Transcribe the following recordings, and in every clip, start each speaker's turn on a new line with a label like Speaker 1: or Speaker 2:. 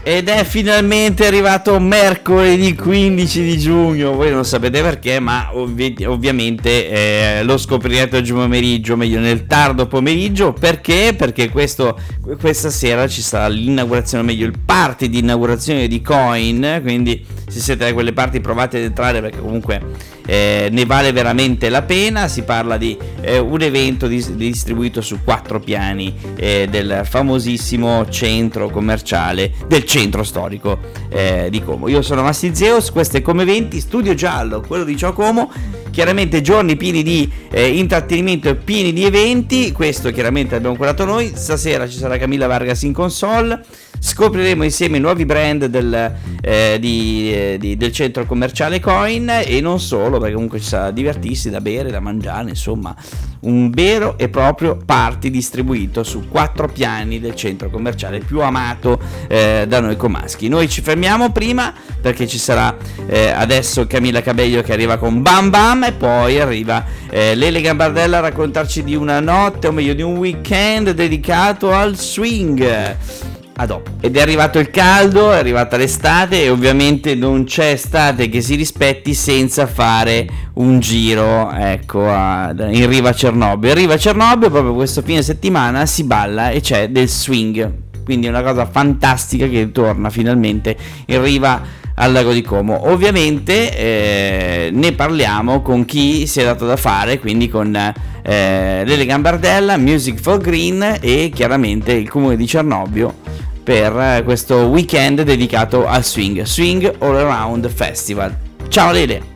Speaker 1: Ed è finalmente arrivato mercoledì 15 di giugno, voi non sapete perché, ma ovviamente lo scoprirete oggi pomeriggio, meglio nel tardo pomeriggio. Perché? Perché questa sera ci sarà l'inaugurazione, meglio il party di inaugurazione di Coin, quindi se siete da quelle parti provate ad entrare perché comunque ne vale veramente la pena. Si parla di un evento distribuito su 4 piani del famosissimo centro commerciale, del centro storico di Como. Io sono Massi Zeus, questo è Come Eventi, studio giallo, quello di Ciao Como. Chiaramente giorni pieni di intrattenimento e pieni di eventi. Questo chiaramente abbiamo curato noi. Stasera ci sarà Camilla Vargas in console. Scopriremo insieme i nuovi brand del centro commerciale Coin, e non solo, perché comunque ci sarà da divertirsi, da bere, da mangiare, insomma un vero e proprio party distribuito su 4 piani del centro commerciale più amato da noi comaschi. Noi ci fermiamo prima perché ci sarà adesso Camilla Cabello che arriva con Bam Bam, e poi arriva Lele Gambardella a raccontarci di una notte, o meglio di un weekend dedicato al swing. A dopo. Ed è arrivato il caldo, è arrivata l'estate, e ovviamente non c'è estate che si rispetti senza fare un giro, ecco, in riva a Cernobbio. In riva a Cernobbio proprio questo fine settimana si balla e c'è del swing, quindi è una cosa fantastica che torna finalmente in riva al lago di Como. Ovviamente ne parliamo con chi si è dato da fare, quindi con Lele Gambardella, Music for Green, e chiaramente il comune di Cernobbio per questo weekend dedicato al Swing All Around Festival. Ciao Lele.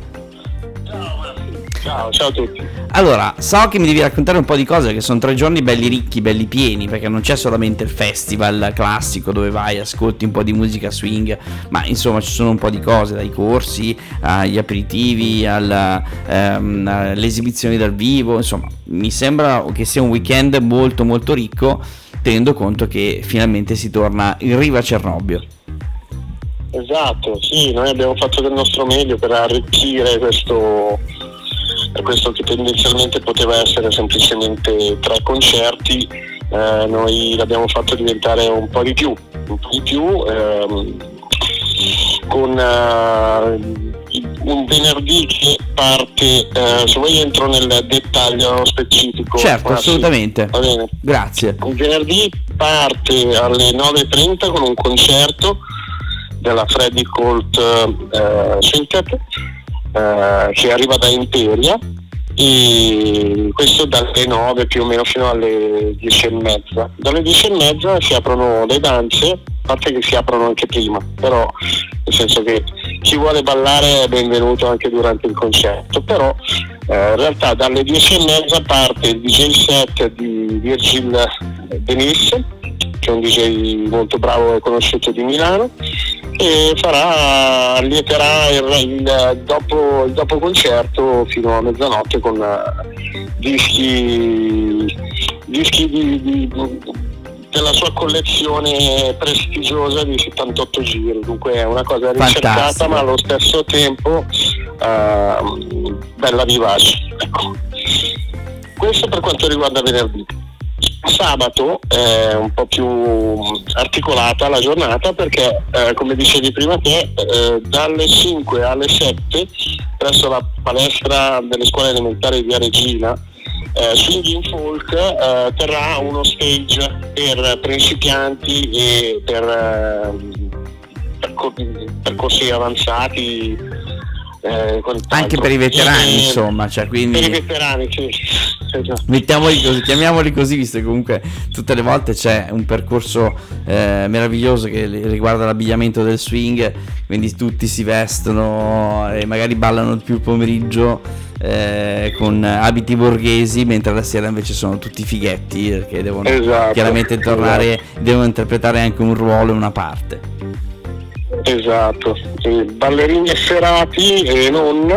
Speaker 2: Ciao a tutti.
Speaker 1: Allora, so che mi devi raccontare un po' di cose, che sono 3 giorni belli ricchi, belli pieni, perché non c'è solamente il festival classico dove vai, ascolti un po' di musica swing, ma insomma ci sono un po' di cose, dai corsi agli aperitivi, alle esibizioni dal vivo. Insomma, mi sembra che sia un weekend molto molto ricco, tenendo conto che finalmente si torna in riva a Cernobbio.
Speaker 2: Esatto, sì, noi abbiamo fatto del nostro meglio per arricchire questo che tendenzialmente poteva essere semplicemente 3 concerti. Noi l'abbiamo fatto diventare un po' di più, con un venerdì che parte, se vuoi entro nel dettaglio specifico.
Speaker 1: Certo, assolutamente.
Speaker 2: Va bene.
Speaker 1: Grazie.
Speaker 2: Un venerdì parte alle 9:30 con un concerto della Freddy Colt Quintet, che arriva da Imperia, e questo dalle 9 più o meno fino alle 10:30. Dalle 10:30 si aprono le danze, a parte che si aprono anche prima, però nel senso che chi vuole ballare è benvenuto anche durante il concerto. Però in realtà dalle 10:30 parte il DJ set di Virgil Denis, che è un DJ molto bravo e conosciuto di Milano, e allieterà il dopo concerto fino a mezzanotte con dischi della sua collezione prestigiosa di 78 giri. Dunque è una cosa ricercata,
Speaker 1: fantastico, ma
Speaker 2: allo stesso tempo bella vivace, ecco. Questo per quanto riguarda venerdì. Sabato è un po' più articolata la giornata, perché come dicevi prima te, dalle 5 alle 7 presso la palestra delle scuole elementari di Via Regina, Swinging Folk terrà uno stage per principianti e per percorsi avanzati,
Speaker 1: anche per i veterani, insomma, cioè, quindi
Speaker 2: per i veterani, sì.
Speaker 1: Chiamiamoli così, visto che comunque tutte le volte c'è un percorso meraviglioso che riguarda l'abbigliamento del swing, quindi tutti si vestono e magari ballano più pomeriggio con abiti borghesi, mentre la sera invece sono tutti fighetti, perché devono chiaramente tornare, devono interpretare anche un ruolo e una parte.
Speaker 2: Esatto, ballerini efferati e non,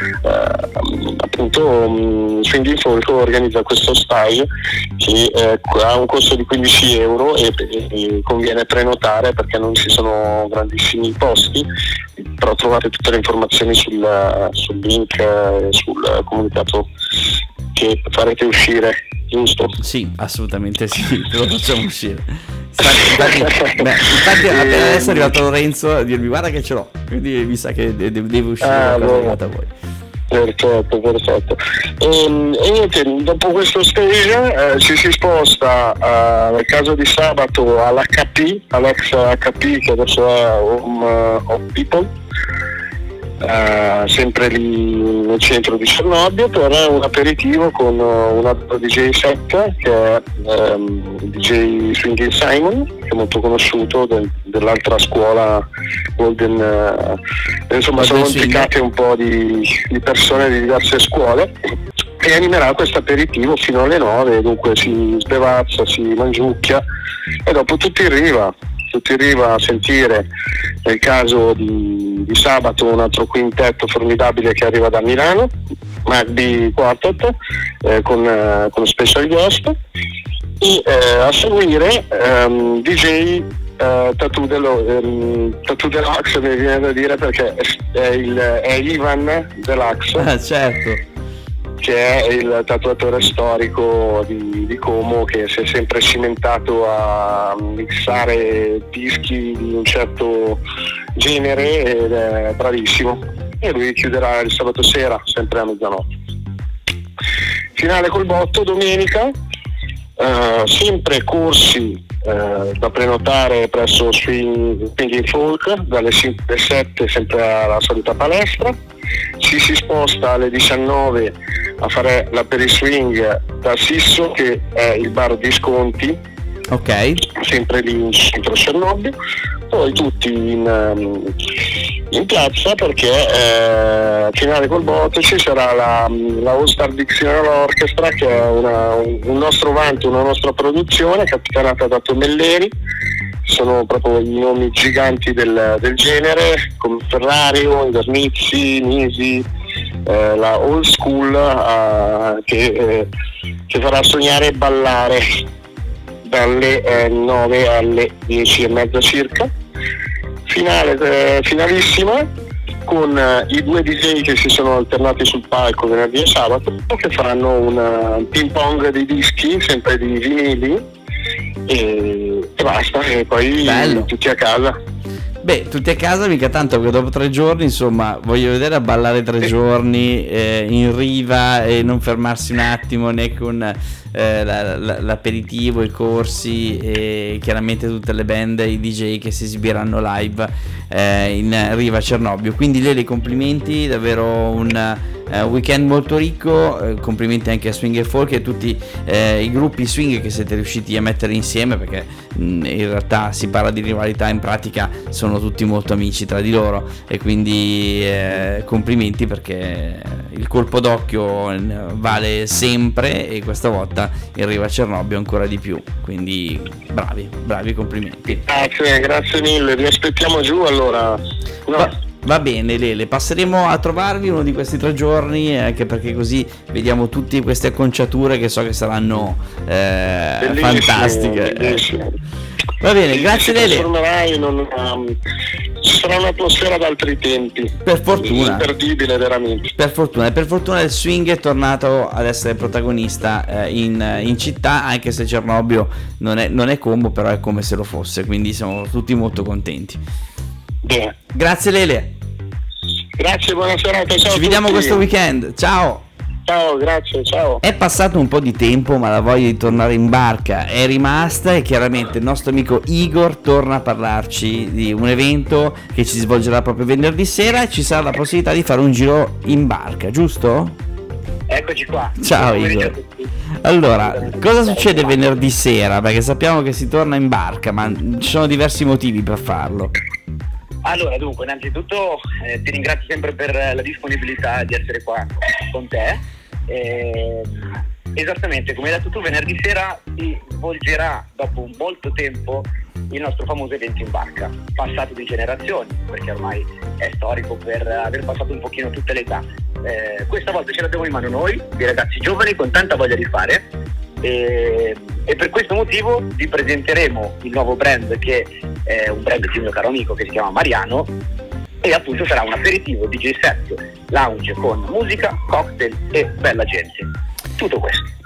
Speaker 2: appunto Swinging Folk organizza questo stage che ha un costo di 15 euro e conviene prenotare perché non ci sono grandissimi posti, però trovate tutte le informazioni sul link, sul comunicato che farete uscire, giusto?
Speaker 1: Sì, assolutamente sì, te lo facciamo uscire. Infatti appena adesso è arrivato Lorenzo a dirmi guarda che ce l'ho, quindi mi sa che deve uscire qualcosa legato a voi.
Speaker 2: Perfetto. E niente, dopo questo stage ci si sposta nel caso di sabato all'HP, all'ex HP che adesso è Home of People, sempre lì nel centro di Cernobbio, per un aperitivo con un altro DJ set che è DJ Swinging Simon, che è molto conosciuto dell'altra scuola Golden, insomma sono implicate un po' di persone di diverse scuole, e animerà questo aperitivo fino alle 9, dunque si sbevazza, si mangiucchia e dopo tutti in riva a sentire, nel caso di sabato, un altro quintetto formidabile che arriva da Milano, Magby Quartet, con special guest, e a seguire DJ Tattoo Deluxe, mi viene da dire, perché è Ivan Deluxe.
Speaker 1: Certo.
Speaker 2: Che è il tatuatore storico di Como, che si è sempre cimentato a mixare dischi di un certo genere ed è bravissimo, e lui chiuderà il sabato sera sempre a mezzanotte. Finale col botto domenica, sempre corsi da prenotare presso Swinging Folk dalle 5 alle 7, sempre alla solita palestra. Si sposta alle 19 a fare la periswing da Sisso, che è il bar di sconti,
Speaker 1: ok,
Speaker 2: sempre lì in centro Cernobbio. Poi tutti in piazza, perché finale col botto ci sarà la All Star Dictionary Orchestra, che è un nostro vanto, una nostra produzione capitanata da Tomelleri. Sono proprio i nomi giganti del genere, come Ferrario, Indernizzi, Nisi, la Old School, che farà sognare e ballare dalle 9 alle 10:30 circa. Finalissima, con i due DJ che si sono alternati sul palco venerdì e sabato, che faranno un ping pong di dischi, sempre di vinili, e basta, e poi
Speaker 1: bello.
Speaker 2: Tutti a casa.
Speaker 1: Beh, tutti a casa mica tanto, perché dopo 3 giorni, insomma, voglio vedere a ballare 3 giorni in riva e non fermarsi un attimo né con l'aperitivo, i corsi e chiaramente tutte le band e i DJ che si esibiranno live in riva a Cernobbio. Quindi Lele, complimenti, davvero un weekend molto ricco, complimenti anche a Swing and Folk e a tutti i gruppi swing che siete riusciti a mettere insieme, perché in realtà si parla di rivalità, in pratica sono tutti molto amici tra di loro, e quindi complimenti, perché il colpo d'occhio vale sempre e questa volta in riva a Cernobbio ancora di più, quindi bravi, complimenti.
Speaker 2: Grazie mille, vi aspettiamo giù allora. No.
Speaker 1: Va bene Lele, passeremo a trovarvi uno di questi 3 giorni, anche perché così vediamo tutte queste acconciature che so che saranno fantastiche.
Speaker 2: Bellissimo.
Speaker 1: Va bene, grazie Lele.
Speaker 2: Ci sarà un'atmosfera d'altri tempi.
Speaker 1: Per fortuna.
Speaker 2: Imperdibile veramente.
Speaker 1: Per fortuna il swing è tornato ad essere protagonista in città, anche se Cernobbio non è Como, però è come se lo fosse, quindi siamo tutti molto contenti.
Speaker 2: Bene.
Speaker 1: Grazie Lele.
Speaker 2: Grazie, buona serata, ciao.
Speaker 1: Ci vediamo questo weekend, ciao.
Speaker 2: Ciao, grazie, ciao.
Speaker 1: È passato un po' di tempo, ma la voglia di tornare in barca è rimasta, e chiaramente il nostro amico Igor torna a parlarci di un evento che si svolgerà proprio venerdì sera, e ci sarà la possibilità di fare un giro in barca, giusto?
Speaker 3: Eccoci qua.
Speaker 1: Ciao Igor. Allora, cosa succede venerdì sera? Perché sappiamo che si torna in barca, ma ci sono diversi motivi per farlo.
Speaker 3: Allora, dunque, innanzitutto ti ringrazio sempre per la disponibilità di essere qua con te. Esattamente, come hai detto tu, venerdì sera si svolgerà, dopo molto tempo, il nostro famoso evento in barca, passato di generazioni, perché ormai è storico per aver passato un pochino tutte le età. Questa volta ce l'abbiamo in mano noi, dei ragazzi giovani con tanta voglia di fare, e per questo motivo vi presenteremo il nuovo brand, che è un brand di un mio caro amico che si chiama Mariano, e appunto sarà un aperitivo DJ set lounge con musica, cocktail e bella gente. Tutto questo, semplicissimo.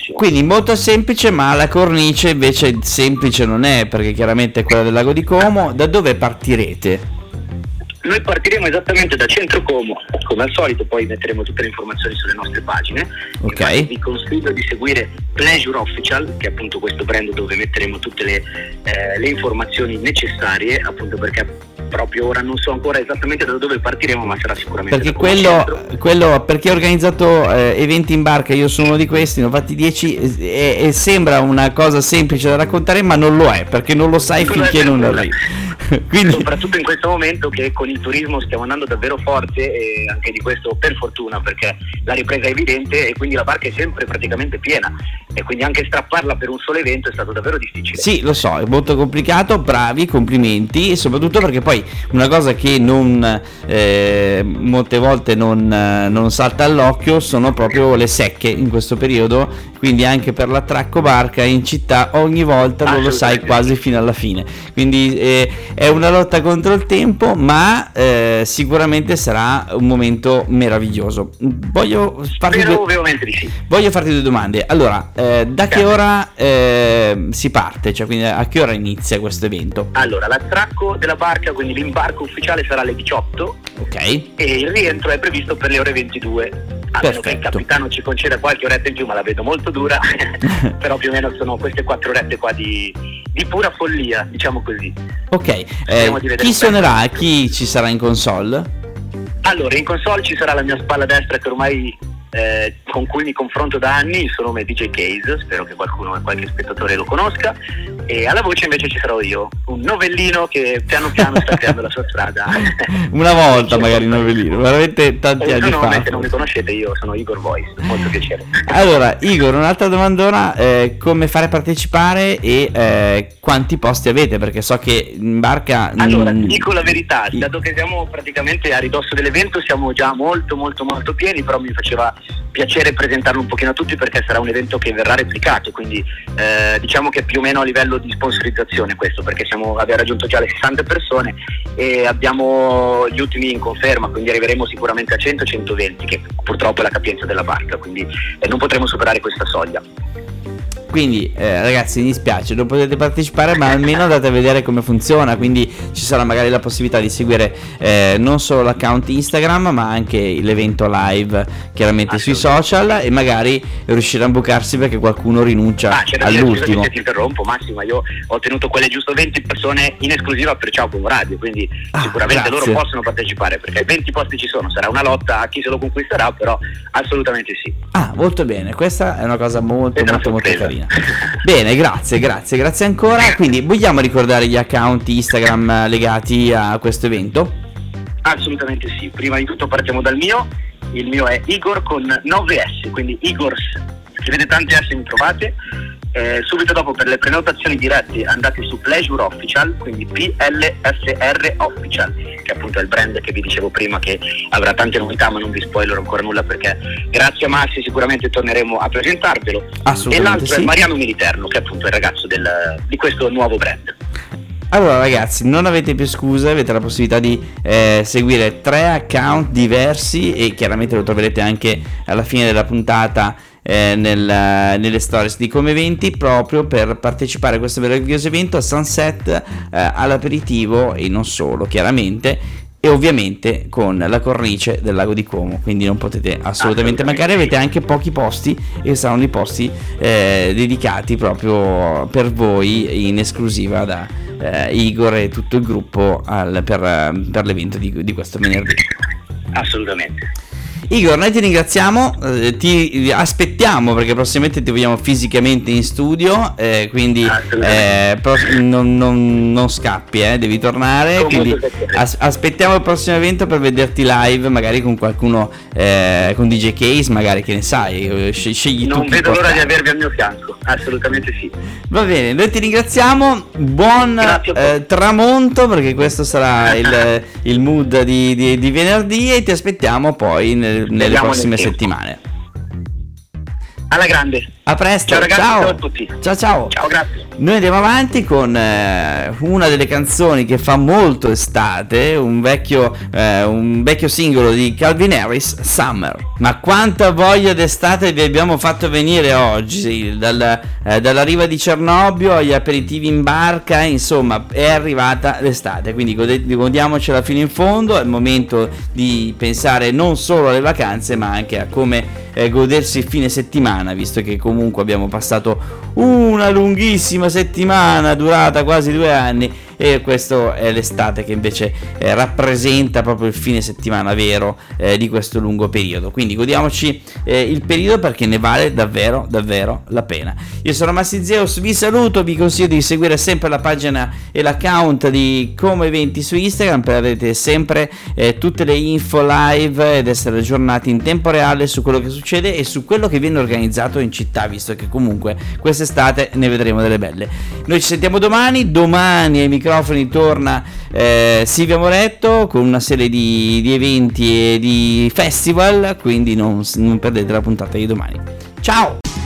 Speaker 3: semplicissimo.
Speaker 1: Quindi molto semplice, ma la cornice invece semplice non è, perché chiaramente è quella del Lago di Como. Da dove partirete?
Speaker 3: Noi partiremo esattamente da Centro Como, come al solito, poi metteremo tutte le informazioni sulle nostre pagine.
Speaker 1: Ok.
Speaker 3: Infatti vi consiglio di seguire Pleasure Official, che è appunto questo brand dove metteremo tutte le informazioni necessarie, appunto perché proprio ora non so ancora esattamente da dove partiremo, ma sarà sicuramente
Speaker 1: Perché
Speaker 3: da Como Centro.
Speaker 1: quello perché ho organizzato eventi in barca, io sono uno di questi, ne ho fatti 10 e sembra una cosa semplice da raccontare, ma non lo è, perché non lo sai finché non arrivi. Quindi
Speaker 3: Soprattutto in questo momento che con il turismo stiamo andando davvero forte, e anche di questo per fortuna, perché la ripresa è evidente e quindi la barca è sempre praticamente piena, e quindi anche strapparla per un solo evento è stato davvero difficile.
Speaker 1: sì, lo so, è molto complicato, bravi, complimenti, e soprattutto perché poi una cosa che molte volte non salta all'occhio sono proprio le secche in questo periodo, quindi anche per l'attracco barca in città ogni volta non lo sai quasi fino alla fine, quindi è una lotta contro il tempo, ma sicuramente sarà un momento meraviglioso. Voglio farti
Speaker 3: Ovviamente di sì.
Speaker 1: Voglio farti due domande. Allora, da che ora si parte? Cioè, quindi a che ora inizia questo evento?
Speaker 3: Allora, l'attracco della barca, quindi l'imbarco ufficiale, sarà alle 18
Speaker 1: Ok.
Speaker 3: e il rientro è previsto per le ore 22. A meno che il
Speaker 1: Perfetto.
Speaker 3: capitano ci conceda qualche oretta in più, ma la vedo molto dura. Però più o meno sono queste 4 orette qua di pura follia, diciamo così.
Speaker 1: Ok.
Speaker 3: Speriamo di vedere
Speaker 1: Chi
Speaker 3: bene.
Speaker 1: suonerà? Chi ci sarà in console?
Speaker 3: Allora, in console ci sarà la mia spalla destra, che ormai con cui mi confronto da anni, il suo nome è DJ Case, spero che qualche spettatore lo conosca, e alla voce invece ci sarò io, un novellino che piano piano sta creando la sua strada.
Speaker 1: Una volta magari novellino, veramente tanti anni fa.
Speaker 3: Normalmente non mi conoscete, io sono Igor Voice, molto piacere.
Speaker 1: Allora, Igor, un'altra domandona, come fare a partecipare e quanti posti avete? Perché so che in barca...
Speaker 3: Allora, ti dico la verità, dato che siamo praticamente a ridosso dell'evento, siamo già molto pieni, però mi faceva piacere presentarlo un pochino a tutti, perché sarà un evento che verrà replicato, quindi diciamo che più o meno a livello di sponsorizzazione questo, perché abbiamo raggiunto già le 60 persone e abbiamo gli ultimi in conferma, quindi arriveremo sicuramente a 100-120, che purtroppo è la capienza della barca, quindi non potremo superare questa soglia.
Speaker 1: Quindi ragazzi, mi dispiace, non potete partecipare, ma almeno andate a vedere come funziona. Quindi ci sarà magari la possibilità di seguire non solo l'account Instagram, ma anche l'evento live chiaramente sui social, e magari riuscire a bucarsi perché qualcuno rinuncia
Speaker 3: C'è da dire,
Speaker 1: all'ultimo.
Speaker 3: scusami se ti interrompo Massimo, io ho tenuto quelle giusto 20 persone in esclusiva per Ciao Como Radio, quindi sicuramente
Speaker 1: grazie.
Speaker 3: loro possono partecipare, perché 20 posti ci sono, sarà una lotta a chi se lo conquisterà, però assolutamente sì.
Speaker 1: Molto bene, questa è una cosa molto
Speaker 3: È una
Speaker 1: molto
Speaker 3: sorpresa.
Speaker 1: carina. Bene, grazie ancora. Quindi vogliamo ricordare gli account Instagram legati a questo evento?
Speaker 3: Assolutamente sì, prima di tutto partiamo dal mio, il mio è Igor con 9S, quindi Igors, scrivete tanti S, mi trovate. Subito dopo, per le prenotazioni dirette, andate su Pleasure Official, quindi PLSR Official, che appunto è il brand che vi dicevo prima, che avrà tante novità, ma non vi spoilerò ancora nulla, perché grazie a Massi sicuramente torneremo a presentarvelo.
Speaker 1: Assolutamente
Speaker 3: E l'altro
Speaker 1: sì.
Speaker 3: è Mariano Militerno, che appunto è il ragazzo di questo nuovo brand.
Speaker 1: Allora ragazzi, non avete più scuse, avete la possibilità di seguire 3 account diversi, e chiaramente lo troverete anche alla fine della puntata nelle stories di Come Eventi, proprio per partecipare a questo meraviglioso evento a Sunset, all'aperitivo e non solo chiaramente, e ovviamente con la cornice del Lago di Como, quindi non potete assolutamente mancare. Avete anche pochi posti, e saranno i posti dedicati proprio per voi in esclusiva da Igor e tutto il gruppo per l'evento di questo venerdì.
Speaker 3: Assolutamente.
Speaker 1: Igor, noi ti ringraziamo, ti aspettiamo perché prossimamente ti vogliamo fisicamente in studio, quindi non scappi, devi tornare, quindi aspettiamo il prossimo evento per vederti live, magari con qualcuno, con DJ Case, magari, che ne sai, scegli tu.
Speaker 3: Non vedo l'ora di avervi al mio fianco, assolutamente sì.
Speaker 1: Va bene, noi ti ringraziamo, buon tramonto, perché questo sarà il mood di venerdì, e ti aspettiamo poi nelle prossime settimane.
Speaker 3: Alla grande.
Speaker 1: A presto,
Speaker 3: Ciao ragazzi,
Speaker 1: ciao
Speaker 3: ciao a tutti.
Speaker 1: Ciao.
Speaker 3: Ciao, grazie.
Speaker 1: Noi andiamo avanti con una delle canzoni che fa molto estate, un vecchio singolo di Calvin Harris, Summer. Ma quanta voglia d'estate vi abbiamo fatto venire oggi, dalla riva di Cernobbio agli aperitivi in barca, insomma è arrivata l'estate, quindi godiamocela fino in fondo. È il momento di pensare non solo alle vacanze ma anche a come godersi il fine settimana, visto che comunque abbiamo passato una lunghissima settimana durata quasi 2 anni, e questo è l'estate che invece rappresenta proprio il fine settimana vero di questo lungo periodo. Quindi godiamoci il periodo, perché ne vale davvero la pena. Io sono Massi Zeus, vi saluto, vi consiglio di seguire sempre la pagina e l'account di Como Eventi su Instagram per avere sempre tutte le info live ed essere aggiornati in tempo reale su quello che succede e su quello che viene organizzato in città, visto che comunque quest'estate ne vedremo delle belle. Noi ci sentiamo domani ai microfoni torna Silvia Moretto con una serie di eventi e di festival, quindi non perdete la puntata di domani. Ciao!